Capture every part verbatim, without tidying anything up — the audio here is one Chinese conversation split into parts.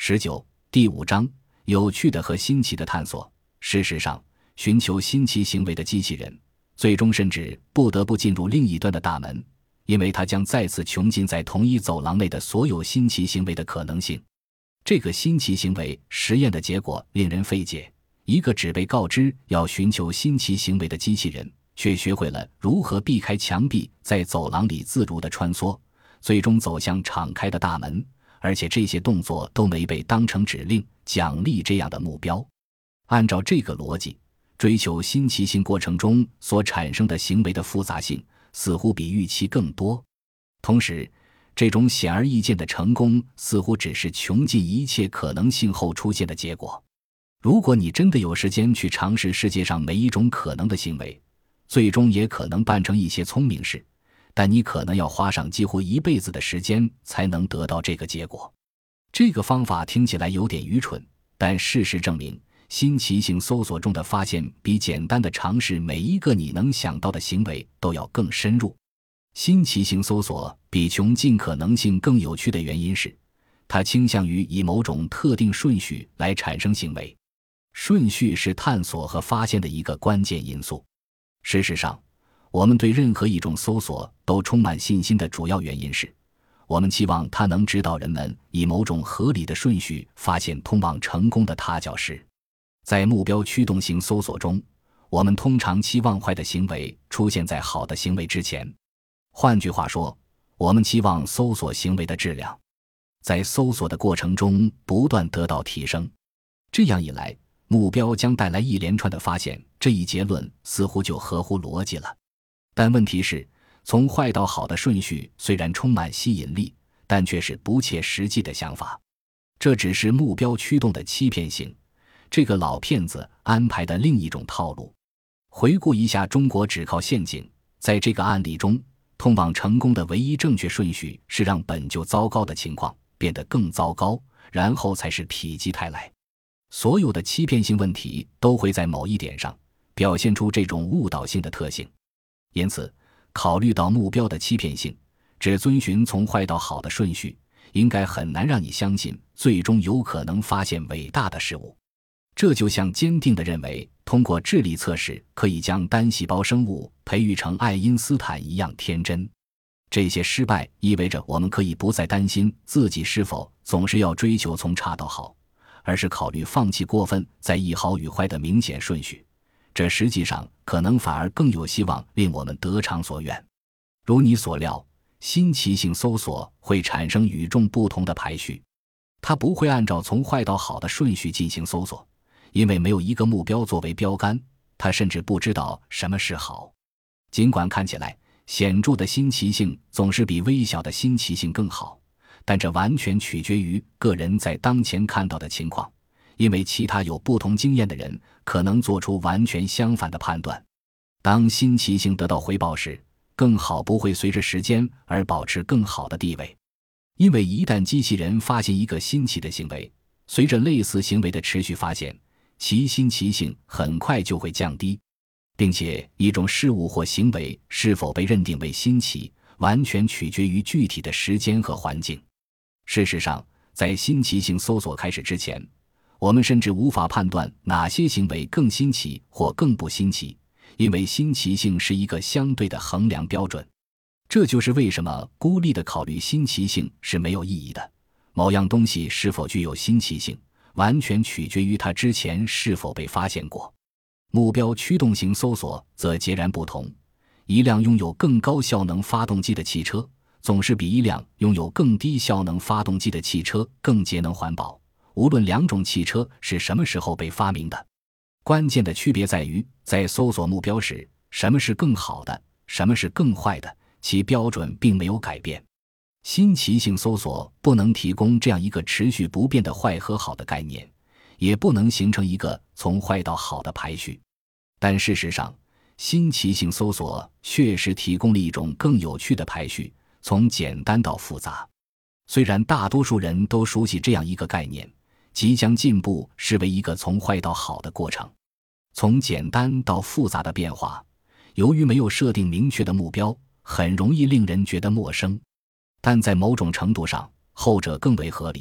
十九第五章有趣的和新奇的探索。事实上，寻求新奇行为的机器人最终甚至不得不进入另一端的大门，因为它将再次穷尽在同一走廊内的所有新奇行为的可能性。这个新奇行为实验的结果令人费解，一个只被告知要寻求新奇行为的机器人却学会了如何避开墙壁，在走廊里自如地穿梭，最终走向敞开的大门，而且这些动作都没被当成指令、奖励这样的目标。按照这个逻辑，追求新奇性过程中所产生的行为的复杂性似乎比预期更多。同时，这种显而易见的成功似乎只是穷尽一切可能性后出现的结果。如果你真的有时间去尝试世界上每一种可能的行为，最终也可能办成一些聪明事，但你可能要花上几乎一辈子的时间才能得到这个结果。这个方法听起来有点愚蠢，但事实证明，新奇性搜索中的发现比简单的尝试每一个你能想到的行为都要更深入。新奇性搜索比穷尽可能性更有趣的原因是，它倾向于以某种特定顺序来产生行为。顺序是探索和发现的一个关键因素。事实上，我们对任何一种搜索都充满信心的主要原因是，我们期望它能指导人们以某种合理的顺序发现通往成功的踏脚石。在目标驱动型搜索中，我们通常期望坏的行为出现在好的行为之前。换句话说，我们期望搜索行为的质量在搜索的过程中不断得到提升。这样一来，目标将带来一连串的发现，这一结论似乎就合乎逻辑了。但问题是，从坏到好的顺序虽然充满吸引力，但却是不切实际的想法。这只是目标驱动的欺骗性，这个老骗子安排的另一种套路。回顾一下中国只靠陷阱，在这个案例中，通往成功的唯一正确顺序是让本就糟糕的情况变得更糟糕，然后才是否极泰来。所有的欺骗性问题都会在某一点上表现出这种误导性的特性。因此，考虑到目标的欺骗性，只遵循从坏到好的顺序，应该很难让你相信最终有可能发现伟大的事物。这就像坚定地认为通过智力测试可以将单细胞生物培育成爱因斯坦一样天真。这些失败意味着我们可以不再担心自己是否总是要追求从差到好，而是考虑放弃过分在意好与坏的明显顺序。这实际上可能反而更有希望令我们得偿所愿。如你所料，新奇性搜索会产生与众不同的排序，它不会按照从坏到好的顺序进行搜索，因为没有一个目标作为标杆，它甚至不知道什么是好。尽管看起来显著的新奇性总是比微小的新奇性更好，但这完全取决于个人在当前看到的情况，因为其他有不同经验的人可能做出完全相反的判断。当新奇性得到回报时，更好不会随着时间而保持更好的地位，因为一旦机器人发现一个新奇的行为，随着类似行为的持续发现，其新奇性很快就会降低，并且一种事物或行为是否被认定为新奇，完全取决于具体的时间和环境。事实上，在新奇性搜索开始之前，我们甚至无法判断哪些行为更新奇或更不新奇，因为新奇性是一个相对的衡量标准。这就是为什么孤立地考虑新奇性是没有意义的。某样东西是否具有新奇性，完全取决于它之前是否被发现过。目标驱动型搜索则截然不同，一辆拥有更高效能发动机的汽车总是比一辆拥有更低效能发动机的汽车更节能环保，无论两种汽车是什么时候被发明的。关键的区别在于，在搜索目标时，什么是更好的，什么是更坏的，其标准并没有改变。新奇性搜索不能提供这样一个持续不变的坏和好的概念，也不能形成一个从坏到好的排序。但事实上，新奇性搜索确实提供了一种更有趣的排序，从简单到复杂。虽然大多数人都熟悉这样一个概念，即将进步视为一个从坏到好的过程。从简单到复杂的变化，由于没有设定明确的目标，很容易令人觉得陌生。但在某种程度上，后者更为合理，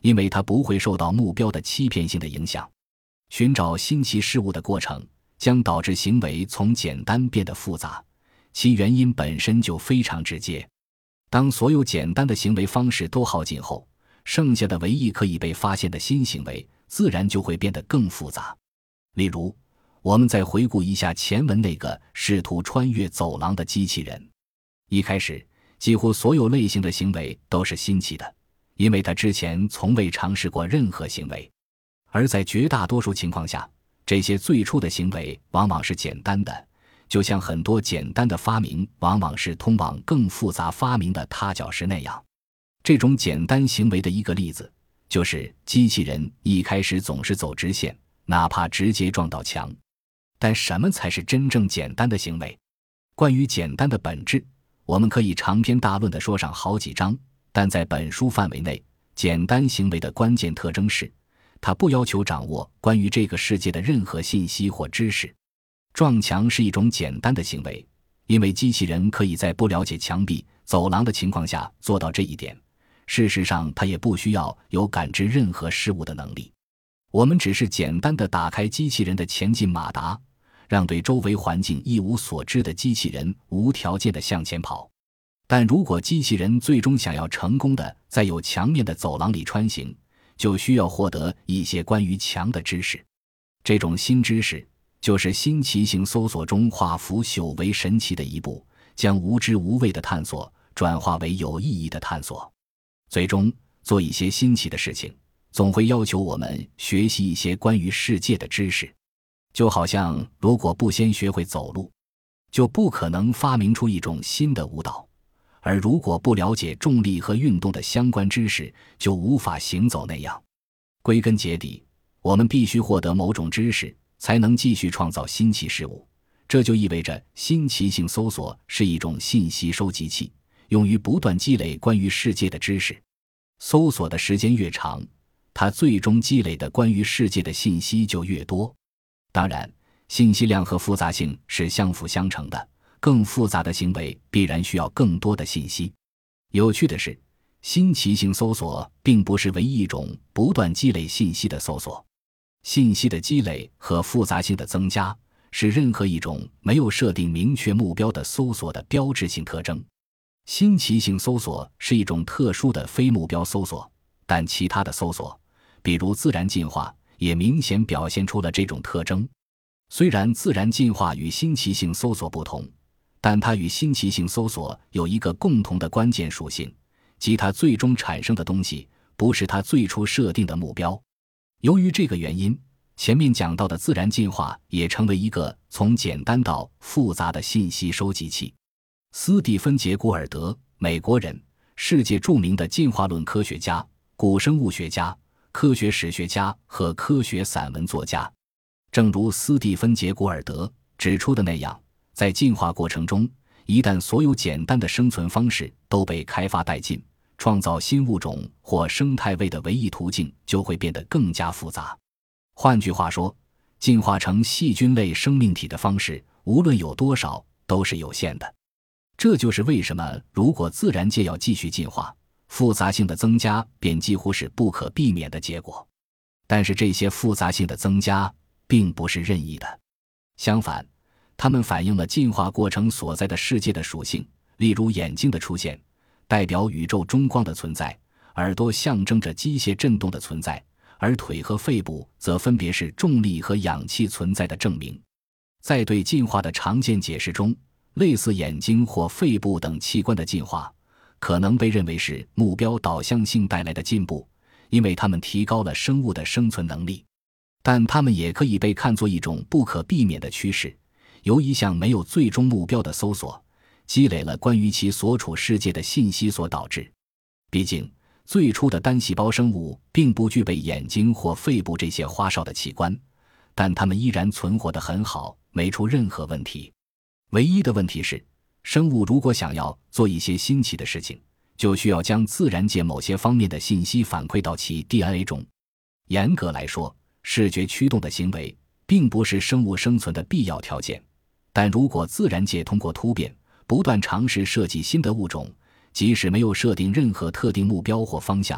因为它不会受到目标的欺骗性的影响。寻找新奇事物的过程将导致行为从简单变得复杂，其原因本身就非常直接。当所有简单的行为方式都耗尽后，剩下的唯一可以被发现的新行为自然就会变得更复杂。例如，我们再回顾一下前文那个试图穿越走廊的机器人。一开始，几乎所有类型的行为都是新奇的，因为他之前从未尝试过任何行为。而在绝大多数情况下，这些最初的行为往往是简单的，就像很多简单的发明往往是通往更复杂发明的踏脚石那样。这种简单行为的一个例子，就是机器人一开始总是走直线，哪怕直接撞到墙。但什么才是真正简单的行为？关于简单的本质，我们可以长篇大论地说上好几章，但在本书范围内，简单行为的关键特征是，它不要求掌握关于这个世界的任何信息或知识。撞墙是一种简单的行为，因为机器人可以在不了解墙壁、走廊的情况下做到这一点。事实上，它也不需要有感知任何事物的能力。我们只是简单地打开机器人的前进马达，让对周围环境一无所知的机器人无条件地向前跑。但如果机器人最终想要成功地在有墙面的走廊里穿行，就需要获得一些关于墙的知识。这种新知识就是新奇性搜索中化腐朽为神奇的一步，将无知无畏的探索转化为有意义的探索。最终，做一些新奇的事情，总会要求我们学习一些关于世界的知识。就好像如果不先学会走路，就不可能发明出一种新的舞蹈，而如果不了解重力和运动的相关知识，就无法行走那样。归根结底，我们必须获得某种知识，才能继续创造新奇事物。这就意味着新奇性搜索是一种信息收集器，用于不断积累关于世界的知识。搜索的时间越长，它最终积累的关于世界的信息就越多。当然，信息量和复杂性是相辅相成的，更复杂的行为必然需要更多的信息。有趣的是，新奇性搜索并不是唯一一种不断积累信息的搜索。信息的积累和复杂性的增加是任何一种没有设定明确目标的搜索的标志性特征。新奇性搜索是一种特殊的非目标搜索，但其他的搜索，比如自然进化，也明显表现出了这种特征。虽然自然进化与新奇性搜索不同，但它与新奇性搜索有一个共同的关键属性，即它最终产生的东西不是它最初设定的目标。由于这个原因，前面讲到的自然进化也成为一个从简单到复杂的信息收集器。斯蒂芬·杰古尔德，美国人，世界著名的进化论科学家、古生物学家、科学史学家和科学散文作家。正如斯蒂芬·杰古尔德指出的那样，在进化过程中，一旦所有简单的生存方式都被开发殆尽，创造新物种或生态位的唯一途径就会变得更加复杂。换句话说，进化成细菌类生命体的方式，无论有多少，都是有限的。这就是为什么如果自然界要继续进化，复杂性的增加便几乎是不可避免的结果。但是这些复杂性的增加并不是任意的，相反，它们反映了进化过程所在的世界的属性。例如眼睛的出现代表宇宙中光的存在，耳朵象征着机械振动的存在，而腿和肺部则分别是重力和氧气存在的证明。在对进化的常见解释中，类似眼睛或肺部等器官的进化可能被认为是目标导向性带来的进步，因为它们提高了生物的生存能力。但它们也可以被看作一种不可避免的趋势，由一项没有最终目标的搜索积累了关于其所处世界的信息所导致。毕竟，最初的单细胞生物并不具备眼睛或肺部这些花哨的器官，但它们依然存活得很好，没出任何问题。唯一的问题是，生物如果想要做一些新奇的事情，就需要将自然界某些方面的信息反馈到其 D N A 中。严格来说，视觉驱动的行为并不是生物生存的必要条件，但如果自然界通过突变不断尝试设计新的物种，即使没有设定任何特定目标或方向，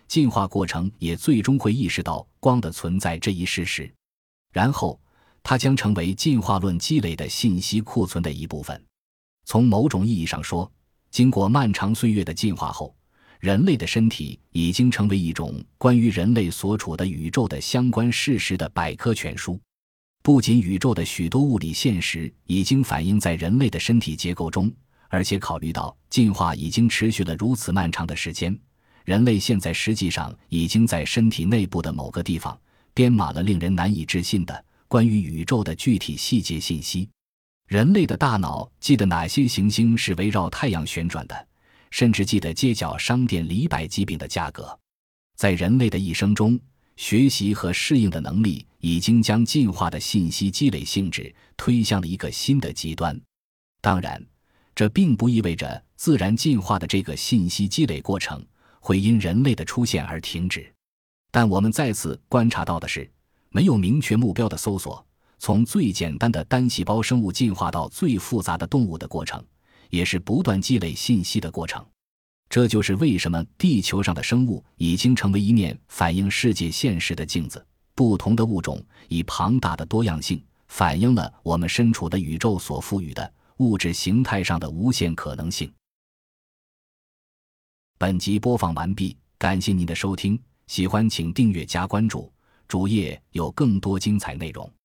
进化过程也最终会意识到光的存在这一事实。然后它将成为进化论积累的信息库存的一部分。从某种意义上说，经过漫长岁月的进化后，人类的身体已经成为一种关于人类所处的宇宙的相关事实的百科全书。不仅宇宙的许多物理现实已经反映在人类的身体结构中，而且考虑到进化已经持续了如此漫长的时间，人类现在实际上已经在身体内部的某个地方编码了令人难以置信的关于宇宙的具体细节信息。人类的大脑记得哪些行星是围绕太阳旋转的，甚至记得街角商店里百吉饼的价格。在人类的一生中，学习和适应的能力已经将进化的信息积累性质推向了一个新的极端。当然，这并不意味着自然进化的这个信息积累过程会因人类的出现而停止。但我们再次观察到的是，没有明确目标的搜索，从最简单的单细胞生物进化到最复杂的动物的过程，也是不断积累信息的过程。这就是为什么地球上的生物已经成为一面反映世界现实的镜子，不同的物种以庞大的多样性反映了我们身处的宇宙所赋予的物质形态上的无限可能性。本集播放完毕，感谢您的收听，喜欢请订阅加关注，主页有更多精彩内容。